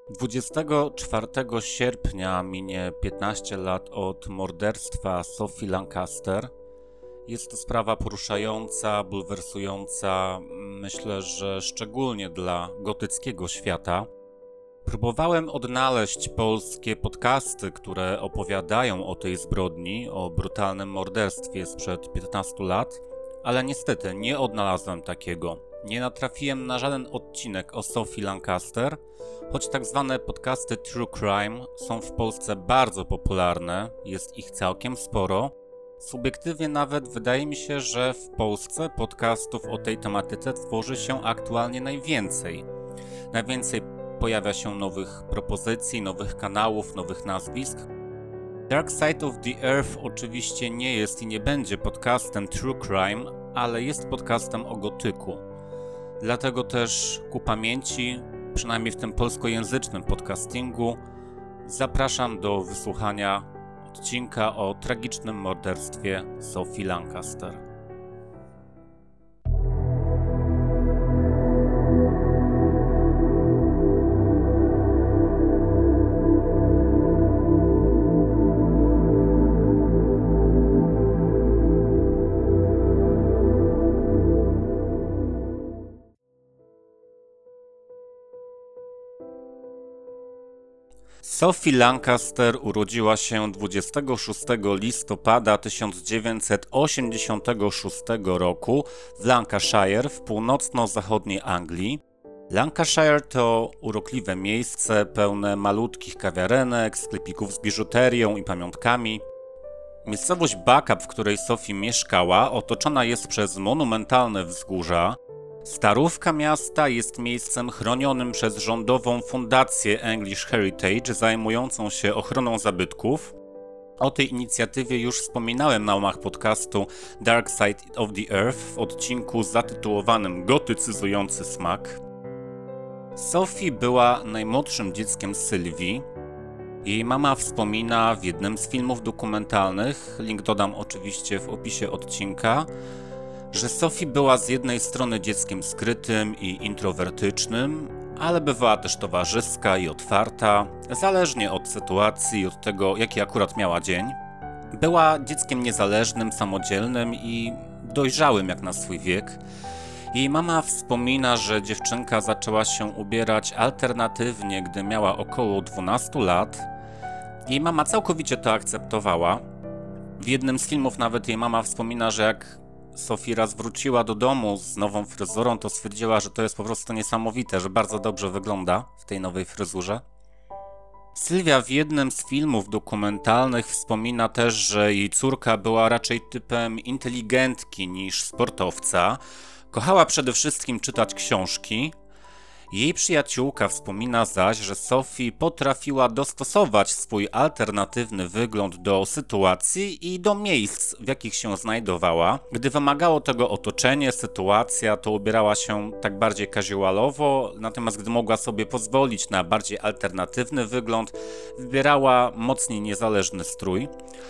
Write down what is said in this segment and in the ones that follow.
24 sierpnia minie 15 lat od morderstwa Sophie Lancaster. Jest to sprawa poruszająca, bulwersująca, myślę, że szczególnie dla gotyckiego świata. Próbowałem odnaleźć polskie podcasty, które opowiadają o tej zbrodni, o brutalnym morderstwie sprzed 15 lat, ale niestety nie odnalazłem takiego. Nie natrafiłem na żaden odcinek o Sophie Lancaster, choć tak zwane podcasty True Crime są w Polsce bardzo popularne, jest ich całkiem sporo. Subiektywnie nawet wydaje mi się, że w Polsce podcastów o tej tematyce tworzy się aktualnie najwięcej. Najwięcej pojawia się nowych propozycji, nowych kanałów, nowych nazwisk. Dark Side of the Earth oczywiście nie jest i nie będzie podcastem True Crime, ale jest podcastem o gotyku. Dlatego też ku pamięci, przynajmniej w tym polskojęzycznym podcastingu, zapraszam do wysłuchania odcinka o tragicznym morderstwie Sophie Lancaster. Sophie Lancaster urodziła się 26 listopada 1986 roku w Lancashire w północno-zachodniej Anglii. Lancashire to urokliwe miejsce pełne malutkich kawiarenek, sklepików z biżuterią i pamiątkami. Miejscowość Backup, w której Sophie mieszkała, otoczona jest przez monumentalne wzgórza. Starówka miasta jest miejscem chronionym przez rządową fundację English Heritage zajmującą się ochroną zabytków. O tej inicjatywie już wspominałem na łamach podcastu Dark Side of the Earth w odcinku zatytułowanym Gotycyzujący smak. Sophie była najmłodszym dzieckiem Sylwii. Jej mama wspomina w jednym z filmów dokumentalnych, link dodam oczywiście w opisie odcinka, że Sophie była z jednej strony dzieckiem skrytym i introwertycznym, ale bywała też towarzyska i otwarta, zależnie od sytuacji i od tego, jaki akurat miała dzień. Była dzieckiem niezależnym, samodzielnym i dojrzałym jak na swój wiek. Jej mama wspomina, że dziewczynka zaczęła się ubierać alternatywnie, gdy miała około 12 lat. Jej mama całkowicie to akceptowała. W jednym z filmów nawet jej mama wspomina, że jak Sophie raz wróciła do domu z nową fryzurą, to stwierdziła, że to jest po prostu niesamowite, że bardzo dobrze wygląda w tej nowej fryzurze. Sylwia w jednym z filmów dokumentalnych wspomina też, że jej córka była raczej typem inteligentki niż sportowca. Kochała przede wszystkim czytać książki. Jej przyjaciółka wspomina zaś, że Sophie potrafiła dostosować swój alternatywny wygląd do sytuacji i do miejsc, w jakich się znajdowała. Gdy wymagało tego otoczenie, sytuacja, to ubierała się tak bardziej casualowo, natomiast gdy mogła sobie pozwolić na bardziej alternatywny wygląd, wybierała mocniej niezależny strój.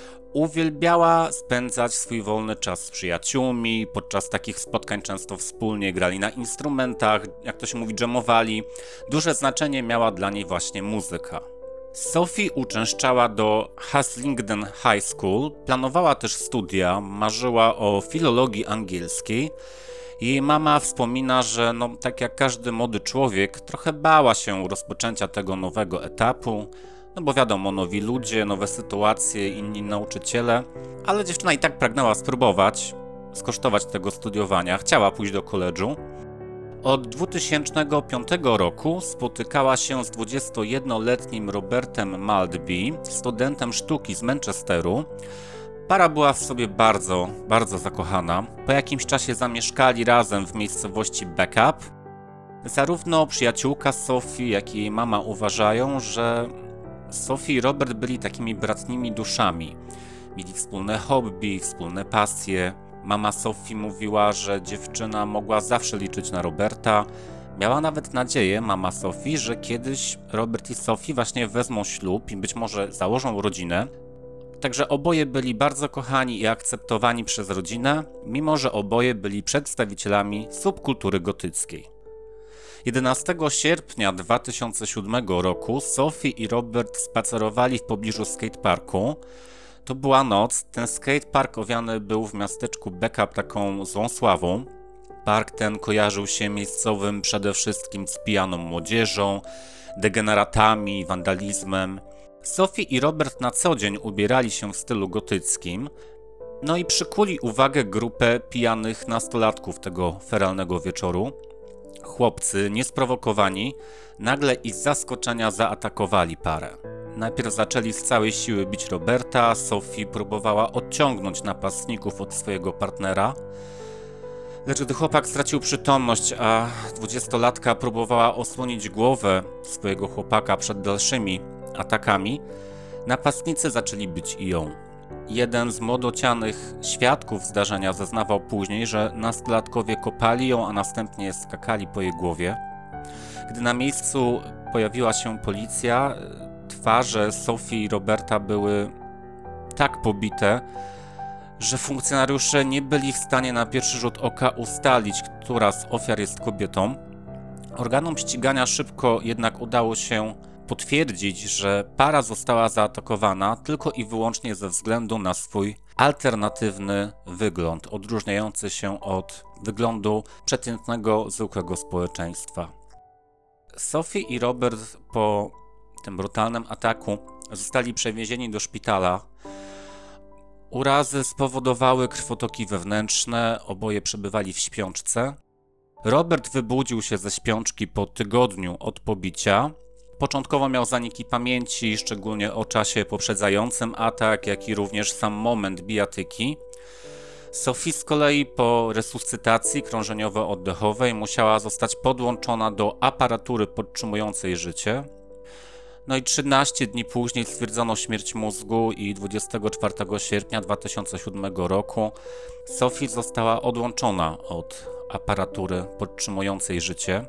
Uwielbiała spędzać swój wolny czas z przyjaciółmi, podczas takich spotkań często wspólnie grali na instrumentach, jak to się mówi, dżemowali. Duże znaczenie miała dla niej właśnie muzyka. Sophie uczęszczała do Haslingden High School, planowała też studia, marzyła o filologii angielskiej. Jej mama wspomina, że tak jak każdy młody człowiek, trochę bała się rozpoczęcia tego nowego etapu. Bo wiadomo, nowi ludzie, nowe sytuacje, inni nauczyciele, ale dziewczyna i tak pragnęła spróbować, skosztować tego studiowania, chciała pójść do koledżu. Od 2005 roku spotykała się z 21-letnim Robertem Maltby, studentem sztuki z Manchesteru. Para była w sobie bardzo, bardzo zakochana. Po jakimś czasie zamieszkali razem w miejscowości Backup. Zarówno przyjaciółka Sophie, jak i jej mama uważają, że Sophie i Robert byli takimi bratnimi duszami. Mieli wspólne hobby, wspólne pasje. Mama Sophie mówiła, że dziewczyna mogła zawsze liczyć na Roberta. Miała nawet nadzieję, mama Sophie, że kiedyś Robert i Sophie właśnie wezmą ślub i być może założą rodzinę. Także oboje byli bardzo kochani i akceptowani przez rodzinę, mimo że oboje byli przedstawicielami subkultury gotyckiej. 11 sierpnia 2007 roku Sophie i Robert spacerowali w pobliżu skateparku. To była noc. Ten skatepark owiany był w miasteczku Backup taką złą sławą. Park ten kojarzył się miejscowym przede wszystkim z pijaną młodzieżą, degeneratami, wandalizmem. Sophie i Robert na co dzień ubierali się w stylu gotyckim, no i przykuli uwagę grupę pijanych nastolatków tego feralnego wieczoru. Chłopcy, niesprowokowani, nagle i z zaskoczenia zaatakowali parę. Najpierw zaczęli z całej siły bić Roberta, Sophie próbowała odciągnąć napastników od swojego partnera, lecz gdy chłopak stracił przytomność, a 20-latka próbowała osłonić głowę swojego chłopaka przed dalszymi atakami, napastnicy zaczęli bić i ją. Jeden z młodocianych świadków zdarzenia zeznawał później, że nastolatkowie kopali ją, a następnie skakali po jej głowie. Gdy na miejscu pojawiła się policja, twarze Sophie i Roberta były tak pobite, że funkcjonariusze nie byli w stanie na pierwszy rzut oka ustalić, która z ofiar jest kobietą. Organom ścigania szybko jednak udało się potwierdzić, że para została zaatakowana tylko i wyłącznie ze względu na swój alternatywny wygląd, odróżniający się od wyglądu przeciętnego, zwykłego społeczeństwa. Sophie i Robert po tym brutalnym ataku zostali przewiezieni do szpitala. Urazy spowodowały krwotoki wewnętrzne, oboje przebywali w śpiączce. Robert wybudził się ze śpiączki po tygodniu od pobicia. Początkowo miał zaniki pamięci, szczególnie o czasie poprzedzającym atak, jak i również sam moment bijatyki. Sophie z kolei po resuscytacji krążeniowo-oddechowej musiała zostać podłączona do aparatury podtrzymującej życie. No i 13 dni później stwierdzono śmierć mózgu i 24 sierpnia 2007 roku Sophie została odłączona od aparatury podtrzymującej życie.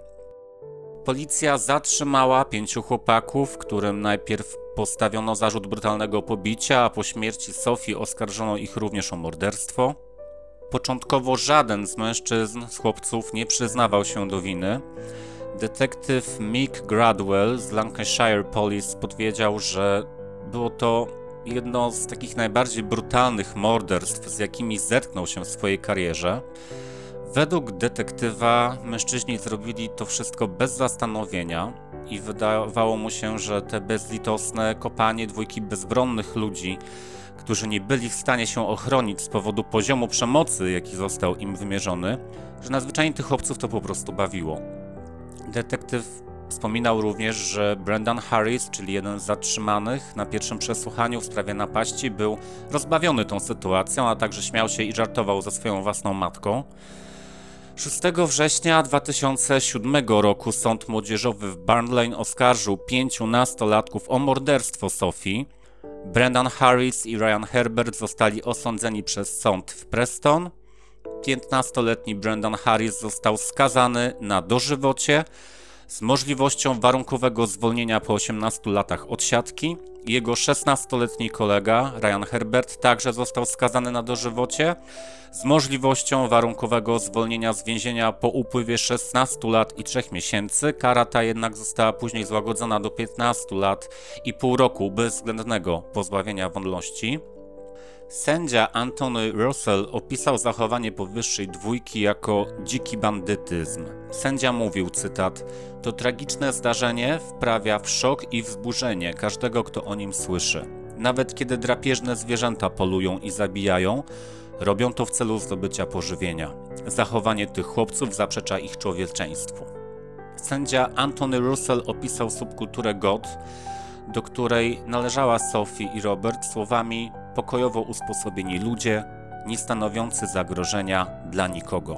Policja zatrzymała 5 chłopaków, którym najpierw postawiono zarzut brutalnego pobicia, a po śmierci Sophie oskarżono ich również o morderstwo. Początkowo żaden z mężczyzn, z chłopców nie przyznawał się do winy. Detektyw Mick Gradwell z Lancashire Police podwiedział, że było to jedno z takich najbardziej brutalnych morderstw, z jakimi zetknął się w swojej karierze. Według detektywa mężczyźni zrobili to wszystko bez zastanowienia i wydawało mu się, że te bezlitosne kopanie dwójki bezbronnych ludzi, którzy nie byli w stanie się ochronić z powodu poziomu przemocy, jaki został im wymierzony, że nadzwyczajnie tych chłopców to po prostu bawiło. Detektyw wspominał również, że Brendan Harris, czyli jeden z zatrzymanych na pierwszym przesłuchaniu w sprawie napaści, był rozbawiony tą sytuacją, a także śmiał się i żartował ze swoją własną matką. 6 września 2007 roku Sąd Młodzieżowy w Barnlane oskarżył 5 nastolatków o morderstwo Sophie. Brendan Harris i Ryan Herbert zostali osądzeni przez sąd w Preston. 15-letni Brendan Harris został skazany na dożywocie z możliwością warunkowego zwolnienia po 18 latach odsiadki. Jego 16-letni kolega Ryan Herbert także został skazany na dożywocie z możliwością warunkowego zwolnienia z więzienia po upływie 16 lat i 3 miesięcy. Kara ta jednak została później złagodzona do 15 lat i pół roku bezwzględnego pozbawienia wolności. Sędzia Anthony Russell opisał zachowanie powyższej dwójki jako dziki bandytyzm. Sędzia mówił, cytat: „To tragiczne zdarzenie wprawia w szok i wzburzenie każdego, kto o nim słyszy. Nawet kiedy drapieżne zwierzęta polują i zabijają, robią to w celu zdobycia pożywienia. Zachowanie tych chłopców zaprzecza ich człowieczeństwu”. Sędzia Anthony Russell opisał subkulturę goth, do której należała Sophie i Robert, słowami: „pokojowo usposobieni ludzie, nie stanowiący zagrożenia dla nikogo”.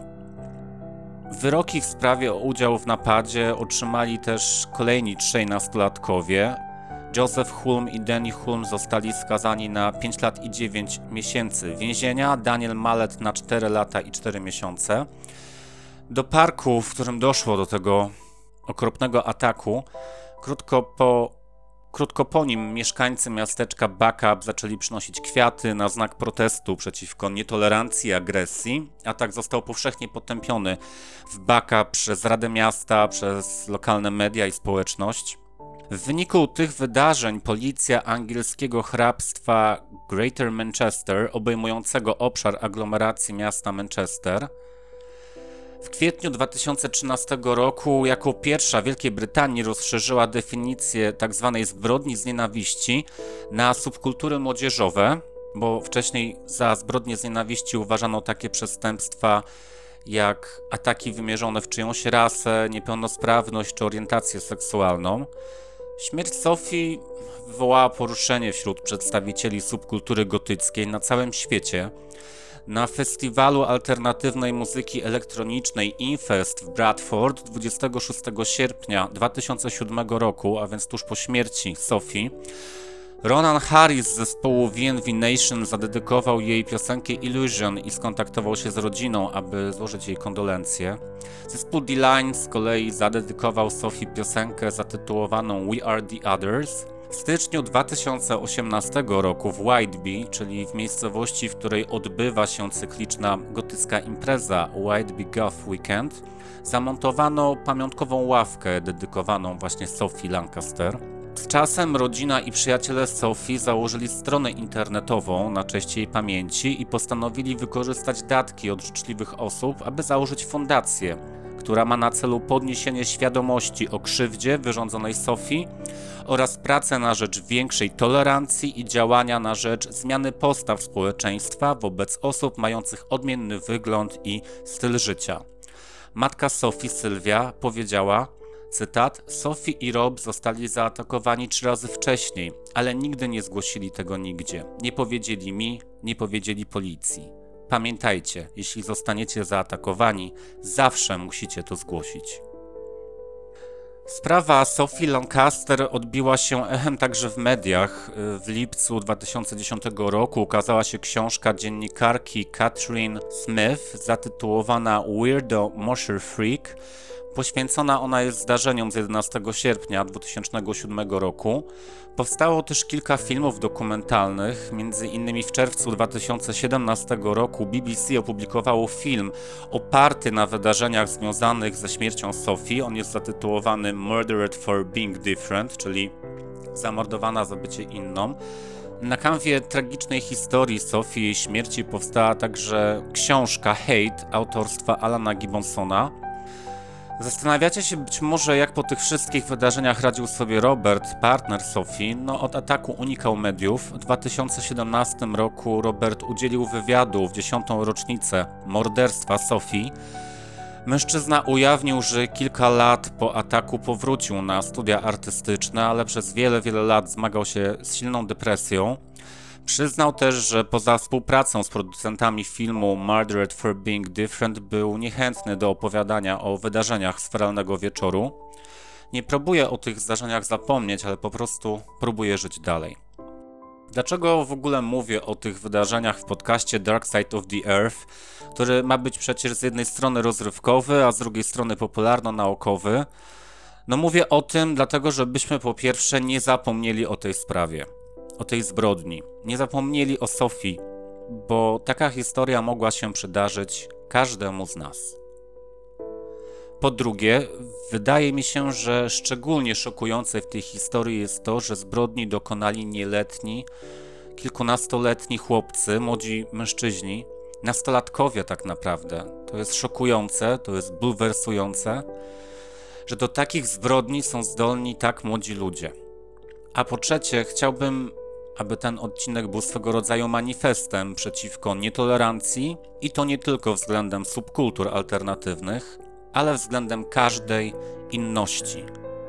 Wyroki w sprawie o udział w napadzie otrzymali też kolejni 3 nastolatkowie. Joseph Hulme i Danny Hulme zostali skazani na 5 lat i 9 miesięcy więzienia, Daniel Mallet na 4 lata i 4 miesiące. Do parku, w którym doszło do tego okropnego ataku, krótko po Krótko po nim mieszkańcy miasteczka Backup zaczęli przynosić kwiaty na znak protestu przeciwko nietolerancji i agresji. Atak został powszechnie potępiony w Backup przez Radę Miasta, przez lokalne media i społeczność. W wyniku tych wydarzeń policja angielskiego hrabstwa Greater Manchester, obejmującego obszar aglomeracji miasta Manchester, w kwietniu 2013 roku jako pierwsza w Wielkiej Brytanii rozszerzyła definicję tzw. zbrodni z nienawiści na subkultury młodzieżowe, bo wcześniej za zbrodnie z nienawiści uważano takie przestępstwa jak ataki wymierzone w czyjąś rasę, niepełnosprawność czy orientację seksualną. Śmierć Sophie wywołała poruszenie wśród przedstawicieli subkultury gotyckiej na całym świecie. Na festiwalu alternatywnej muzyki elektronicznej Infest w Bradford 26 sierpnia 2007 roku, a więc tuż po śmierci Sophie, Ronan Harris z zespołu VNV Nation zadedykował jej piosenkę Illusion i skontaktował się z rodziną, aby złożyć jej kondolencje. Zespół D-Line z kolei zadedykował Sophie piosenkę zatytułowaną We Are The Others. W styczniu 2018 roku w Whiteby, czyli w miejscowości, w której odbywa się cykliczna gotycka impreza Whiteby Goth Weekend, zamontowano pamiątkową ławkę dedykowaną właśnie Sophie Lancaster. Z czasem rodzina i przyjaciele Sophie założyli stronę internetową na cześć jej pamięci i postanowili wykorzystać datki od życzliwych osób, aby założyć fundację, która ma na celu podniesienie świadomości o krzywdzie wyrządzonej Sophie oraz pracę na rzecz większej tolerancji i działania na rzecz zmiany postaw społeczeństwa wobec osób mających odmienny wygląd i styl życia. Matka Sophie, Sylwia, powiedziała, cytat, Sophie i Rob zostali zaatakowani 3 razy wcześniej, ale nigdy nie zgłosili tego nigdzie. Nie powiedzieli mi, nie powiedzieli policji. Pamiętajcie, jeśli zostaniecie zaatakowani, zawsze musicie to zgłosić. Sprawa Sophie Lancaster odbiła się echem także w mediach. W lipcu 2010 roku ukazała się książka dziennikarki Catherine Smith zatytułowana Weirdo Mosher Freak. Poświęcona ona jest zdarzeniom z 11 sierpnia 2007 roku. Powstało też kilka filmów dokumentalnych, m.in. w czerwcu 2017 roku BBC opublikowało film oparty na wydarzeniach związanych ze śmiercią Sophie. On jest zatytułowany Murdered for Being Different, czyli zamordowana za bycie inną. Na kanwie tragicznej historii Sophie i jej śmierci powstała także książka Hate autorstwa Alana Gibbonsona. Zastanawiacie się być może, jak po tych wszystkich wydarzeniach radził sobie Robert, partner Sophie. Od ataku unikał mediów. W 2017 roku Robert udzielił wywiadu w 10. rocznicę morderstwa Sophie. Mężczyzna ujawnił, że kilka lat po ataku powrócił na studia artystyczne, ale przez wiele lat zmagał się z silną depresją. Przyznał też, że poza współpracą z producentami filmu Murdered for Being Different był niechętny do opowiadania o wydarzeniach z feralnego wieczoru. Nie próbuje o tych zdarzeniach zapomnieć, ale po prostu próbuje żyć dalej. Dlaczego w ogóle mówię o tych wydarzeniach w podcaście Dark Side of the Earth, który ma być przecież z jednej strony rozrywkowy, a z drugiej strony popularno-naukowy? Mówię o tym dlatego, żebyśmy po pierwsze nie zapomnieli o tej sprawie. O tej zbrodni. Nie zapomnieli o Sophie, bo taka historia mogła się przydarzyć każdemu z nas. Po drugie, wydaje mi się, że szczególnie szokujące w tej historii jest to, że zbrodni dokonali nieletni, kilkunastoletni chłopcy, młodzi mężczyźni, nastolatkowie tak naprawdę. To jest szokujące, to jest bulwersujące, że do takich zbrodni są zdolni tak młodzi ludzie. A po trzecie, chciałbym, aby ten odcinek był swego rodzaju manifestem przeciwko nietolerancji i to nie tylko względem subkultur alternatywnych, ale względem każdej inności.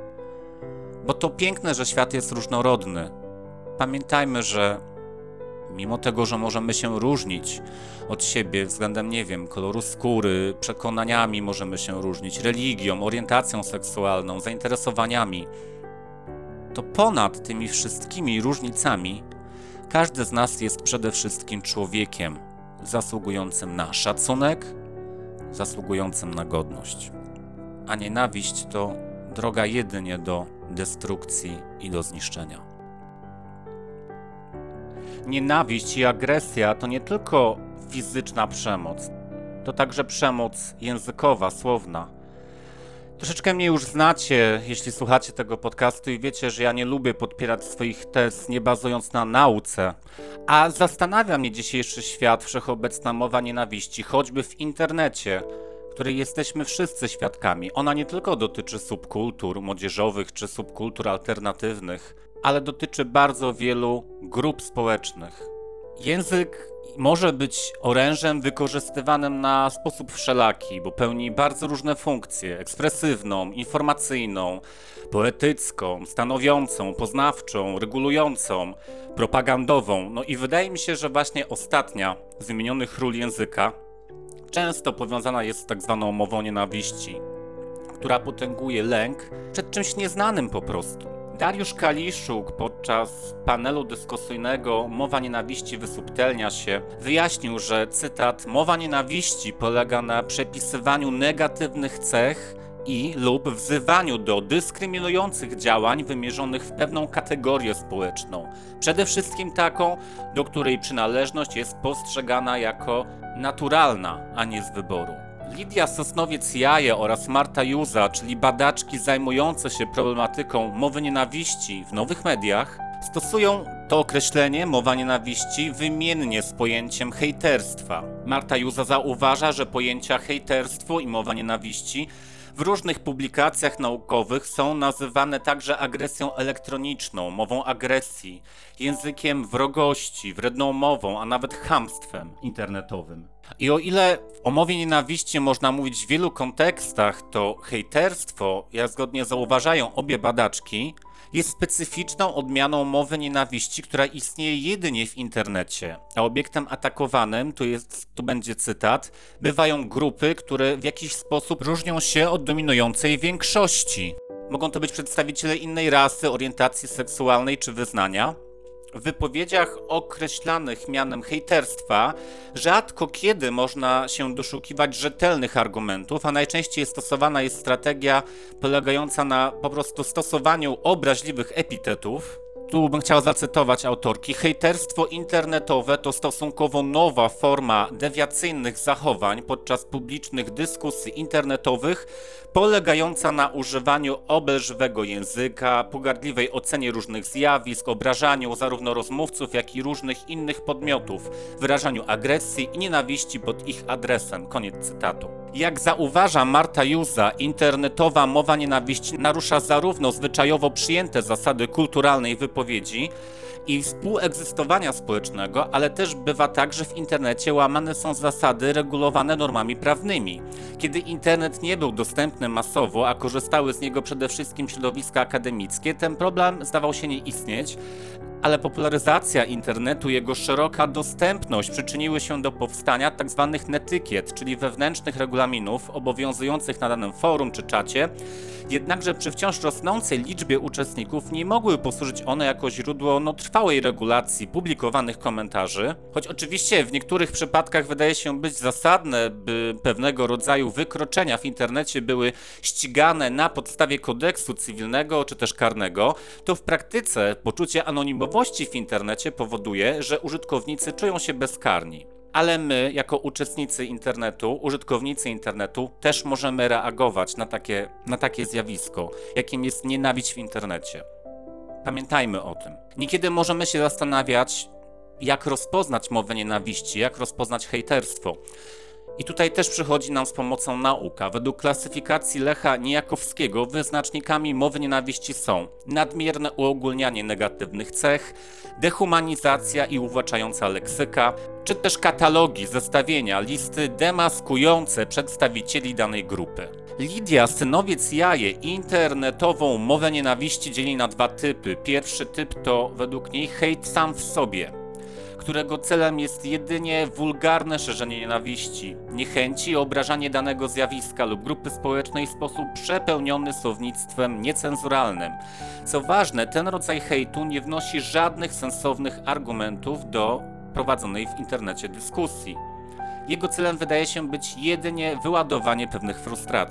Bo to piękne, że świat jest różnorodny. Pamiętajmy, że mimo tego, że możemy się różnić od siebie względem, koloru skóry, przekonaniami możemy się różnić, religią, orientacją seksualną, zainteresowaniami, to ponad tymi wszystkimi różnicami każdy z nas jest przede wszystkim człowiekiem zasługującym na szacunek, zasługującym na godność. A nienawiść to droga jedynie do destrukcji i do zniszczenia. Nienawiść i agresja to nie tylko fizyczna przemoc, to także przemoc językowa, słowna. Troszeczkę mnie już znacie, jeśli słuchacie tego podcastu i wiecie, że ja nie lubię podpierać swoich tez nie bazując na nauce, a zastanawia mnie dzisiejszy świat, wszechobecna mowa nienawiści, choćby w internecie, której jesteśmy wszyscy świadkami. Ona nie tylko dotyczy subkultur młodzieżowych czy subkultur alternatywnych, ale dotyczy bardzo wielu grup społecznych. Język może być orężem wykorzystywanym na sposób wszelaki, bo pełni bardzo różne funkcje: ekspresywną, informacyjną, poetycką, stanowiącą, poznawczą, regulującą, propagandową. No i wydaje mi się, że właśnie ostatnia z wymienionych ról języka często powiązana jest z tak zwaną mową nienawiści, która potęguje lęk przed czymś nieznanym po prostu. Dariusz Kaliszuk podczas panelu dyskusyjnego Mowa nienawiści wysubtelnia się wyjaśnił, że, cytat, mowa nienawiści polega na przepisywaniu negatywnych cech i lub wzywaniu do dyskryminujących działań wymierzonych w pewną kategorię społeczną. Przede wszystkim taką, do której przynależność jest postrzegana jako naturalna, a nie z wyboru. Lidia Sosnowiec-Jaje oraz Marta Józa, czyli badaczki zajmujące się problematyką mowy nienawiści w nowych mediach, stosują to określenie mowa nienawiści wymiennie z pojęciem hejterstwa. Marta Józa zauważa, że pojęcia hejterstwo i mowa nienawiści w różnych publikacjach naukowych są nazywane także agresją elektroniczną, mową agresji, językiem wrogości, wredną mową, a nawet chamstwem internetowym. I o ile o mowie nienawiści można mówić w wielu kontekstach, to hejterstwo, jak zgodnie zauważają obie badaczki, jest specyficzną odmianą mowy nienawiści, która istnieje jedynie w internecie, a obiektem atakowanym, tu będzie cytat, bywają grupy, które w jakiś sposób różnią się od dominującej większości. Mogą to być przedstawiciele innej rasy, orientacji seksualnej czy wyznania. W wypowiedziach określanych mianem hejterstwa rzadko kiedy można się doszukiwać rzetelnych argumentów, a najczęściej stosowana jest strategia polegająca na po prostu stosowaniu obraźliwych epitetów. Tu bym chciał zacytować autorki. Hejterstwo internetowe to stosunkowo nowa forma dewiacyjnych zachowań podczas publicznych dyskusji internetowych, polegająca na używaniu obelżywego języka, pogardliwej ocenie różnych zjawisk, obrażaniu zarówno rozmówców, jak i różnych innych podmiotów, wyrażaniu agresji i nienawiści pod ich adresem. Koniec cytatu. Jak zauważa Marta Józa, internetowa mowa nienawiści narusza zarówno zwyczajowo przyjęte zasady kulturalnej wypowiedzi i współegzystowania społecznego, ale też bywa tak, że w internecie łamane są zasady regulowane normami prawnymi. Kiedy internet nie był dostępny masowo, a korzystały z niego przede wszystkim środowiska akademickie, ten problem zdawał się nie istnieć, ale popularyzacja internetu i jego szeroka dostępność przyczyniły się do powstania tzw. netykiet, czyli wewnętrznych regulaminów obowiązujących na danym forum czy czacie, jednakże przy wciąż rosnącej liczbie uczestników nie mogły posłużyć one jako źródło trwałej regulacji publikowanych komentarzy, choć oczywiście w niektórych przypadkach wydaje się być zasadne, by pewnego rodzaju wykroczenia w internecie były ścigane na podstawie kodeksu cywilnego czy też karnego, to w praktyce poczucie anonimowości w internecie powoduje, że użytkownicy czują się bezkarni. Ale my, jako uczestnicy internetu, użytkownicy internetu, też możemy reagować na takie zjawisko, jakim jest nienawiść w internecie. Pamiętajmy o tym. Niekiedy możemy się zastanawiać, jak rozpoznać mowę nienawiści, jak rozpoznać hejterstwo. I tutaj też przychodzi nam z pomocą nauka. Według klasyfikacji Lecha Niejakowskiego wyznacznikami mowy nienawiści są nadmierne uogólnianie negatywnych cech, dehumanizacja i uwłaczająca leksyka, czy też katalogi, zestawienia, listy demaskujące przedstawicieli danej grupy. Lidia Synowiec-Jaje internetową mowę nienawiści dzieli na dwa typy. Pierwszy typ to według niej hejt sam w sobie, którego celem jest jedynie wulgarne szerzenie nienawiści, niechęci i obrażanie danego zjawiska lub grupy społecznej w sposób przepełniony słownictwem niecenzuralnym. Co ważne, ten rodzaj hejtu nie wnosi żadnych sensownych argumentów do prowadzonej w internecie dyskusji. Jego celem wydaje się być jedynie wyładowanie pewnych frustracji.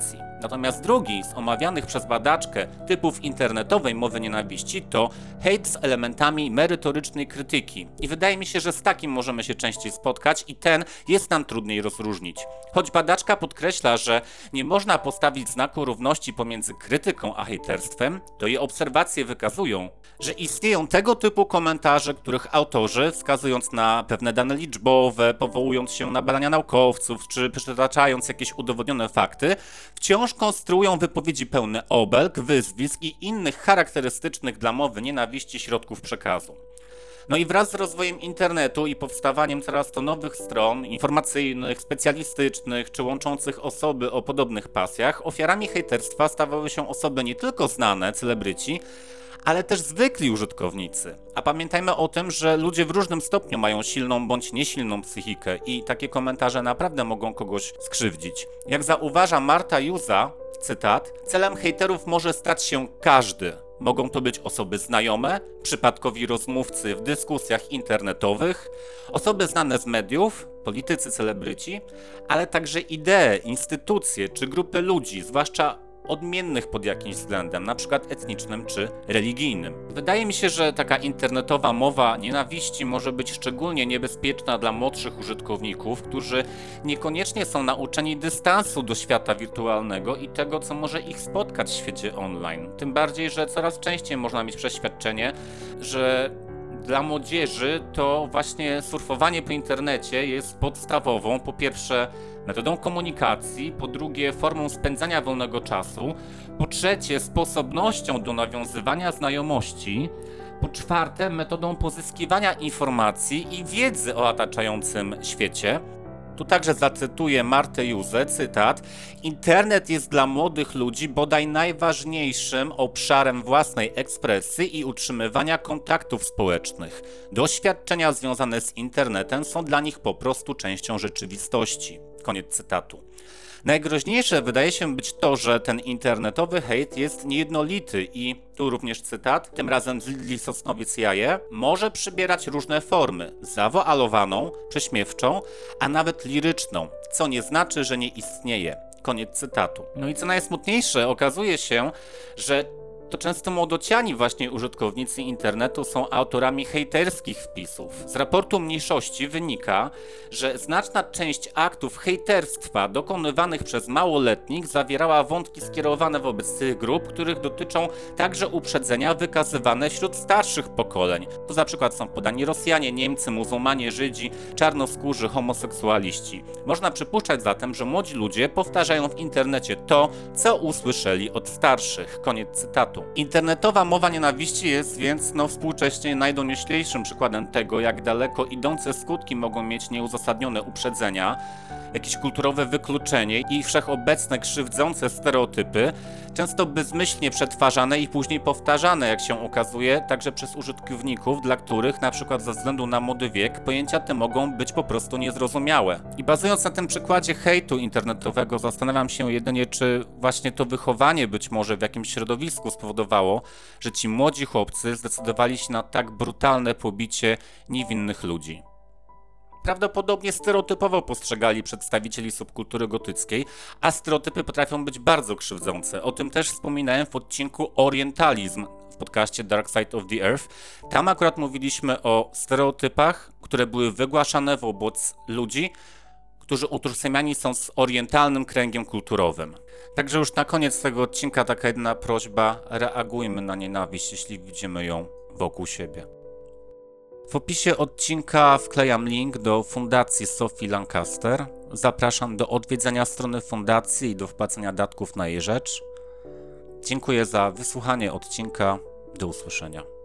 Natomiast drugi z omawianych przez badaczkę typów internetowej mowy nienawiści to hejt z elementami merytorycznej krytyki. I wydaje mi się, że z takim możemy się częściej spotkać i ten jest nam trudniej rozróżnić. Choć badaczka podkreśla, że nie można postawić znaku równości pomiędzy krytyką a hejterstwem, to jej obserwacje wykazują, że istnieją tego typu komentarze, których autorzy, wskazując na pewne dane liczbowe, powołując się na badania naukowców, czy przytaczając jakieś udowodnione fakty, wciąż konstruują wypowiedzi pełne obelg, wyzwisk i innych charakterystycznych dla mowy nienawiści środków przekazu. No i wraz z rozwojem internetu i powstawaniem coraz to nowych stron informacyjnych, specjalistycznych czy łączących osoby o podobnych pasjach, ofiarami hejterstwa stawały się osoby nie tylko znane, celebryci, ale też zwykli użytkownicy. A pamiętajmy o tym, że ludzie w różnym stopniu mają silną bądź niesilną psychikę i takie komentarze naprawdę mogą kogoś skrzywdzić. Jak zauważa Marta Juza, cytat, celem hejterów może stać się każdy. Mogą to być osoby znajome, przypadkowi rozmówcy w dyskusjach internetowych, osoby znane z mediów, politycy, celebryci, ale także idee, instytucje czy grupy ludzi, zwłaszcza odmiennych pod jakimś względem, na przykład etnicznym czy religijnym. Wydaje mi się, że taka internetowa mowa nienawiści może być szczególnie niebezpieczna dla młodszych użytkowników, którzy niekoniecznie są nauczeni dystansu do świata wirtualnego i tego, co może ich spotkać w świecie online. Tym bardziej, że coraz częściej można mieć przeświadczenie, że dla młodzieży to właśnie surfowanie po internecie jest podstawową, po pierwsze, metodą komunikacji, po drugie, formą spędzania wolnego czasu, po trzecie, sposobnością do nawiązywania znajomości, po czwarte, metodą pozyskiwania informacji i wiedzy o otaczającym świecie. Tu także zacytuję Martę Juzę, cytat: internet jest dla młodych ludzi bodaj najważniejszym obszarem własnej ekspresji i utrzymywania kontaktów społecznych. Doświadczenia związane z internetem są dla nich po prostu częścią rzeczywistości. Koniec cytatu. Najgroźniejsze wydaje się być to, że ten internetowy hejt jest niejednolity i, tu również cytat, tym razem z Lidii Sosnowiec-Jaje, może przybierać różne formy, zawoalowaną, prześmiewczą, a nawet liryczną, co nie znaczy, że nie istnieje. Koniec cytatu. No i co najsmutniejsze, okazuje się, że to często młodociani właśnie użytkownicy internetu są autorami hejterskich wpisów. Z raportu mniejszości wynika, że znaczna część aktów hejterstwa dokonywanych przez małoletnich zawierała wątki skierowane wobec tych grup, których dotyczą także uprzedzenia wykazywane wśród starszych pokoleń. To na przykład są podani Rosjanie, Niemcy, muzułmanie, Żydzi, czarnoskórzy, homoseksualiści. Można przypuszczać zatem, że młodzi ludzie powtarzają w internecie to, co usłyszeli od starszych. Koniec cytatu. Internetowa mowa nienawiści jest więc współcześnie najdonioślejszym przykładem tego, jak daleko idące skutki mogą mieć nieuzasadnione uprzedzenia, jakieś kulturowe wykluczenie i wszechobecne krzywdzące stereotypy, często bezmyślnie przetwarzane i później powtarzane, jak się okazuje, także przez użytkowników, dla których na przykład ze względu na młody wiek pojęcia te mogą być po prostu niezrozumiałe. I bazując na tym przykładzie hejtu internetowego, zastanawiam się jedynie, czy właśnie to wychowanie być może w jakimś środowisku spowodowało, że ci młodzi chłopcy zdecydowali się na tak brutalne pobicie niewinnych ludzi. Prawdopodobnie stereotypowo postrzegali przedstawicieli subkultury gotyckiej, a stereotypy potrafią być bardzo krzywdzące. O tym też wspominałem w odcinku Orientalizm w podcaście Dark Side of the Earth. Tam akurat mówiliśmy o stereotypach, które były wygłaszane wobec ludzi, którzy utożsamiani są z orientalnym kręgiem kulturowym. Także już na koniec tego odcinka taka jedna prośba: reagujmy na nienawiść, jeśli widzimy ją wokół siebie. W opisie odcinka wklejam link do Fundacji Sophie Lancaster. Zapraszam do odwiedzenia strony fundacji i do wpłacenia datków na jej rzecz. Dziękuję za wysłuchanie odcinka. Do usłyszenia.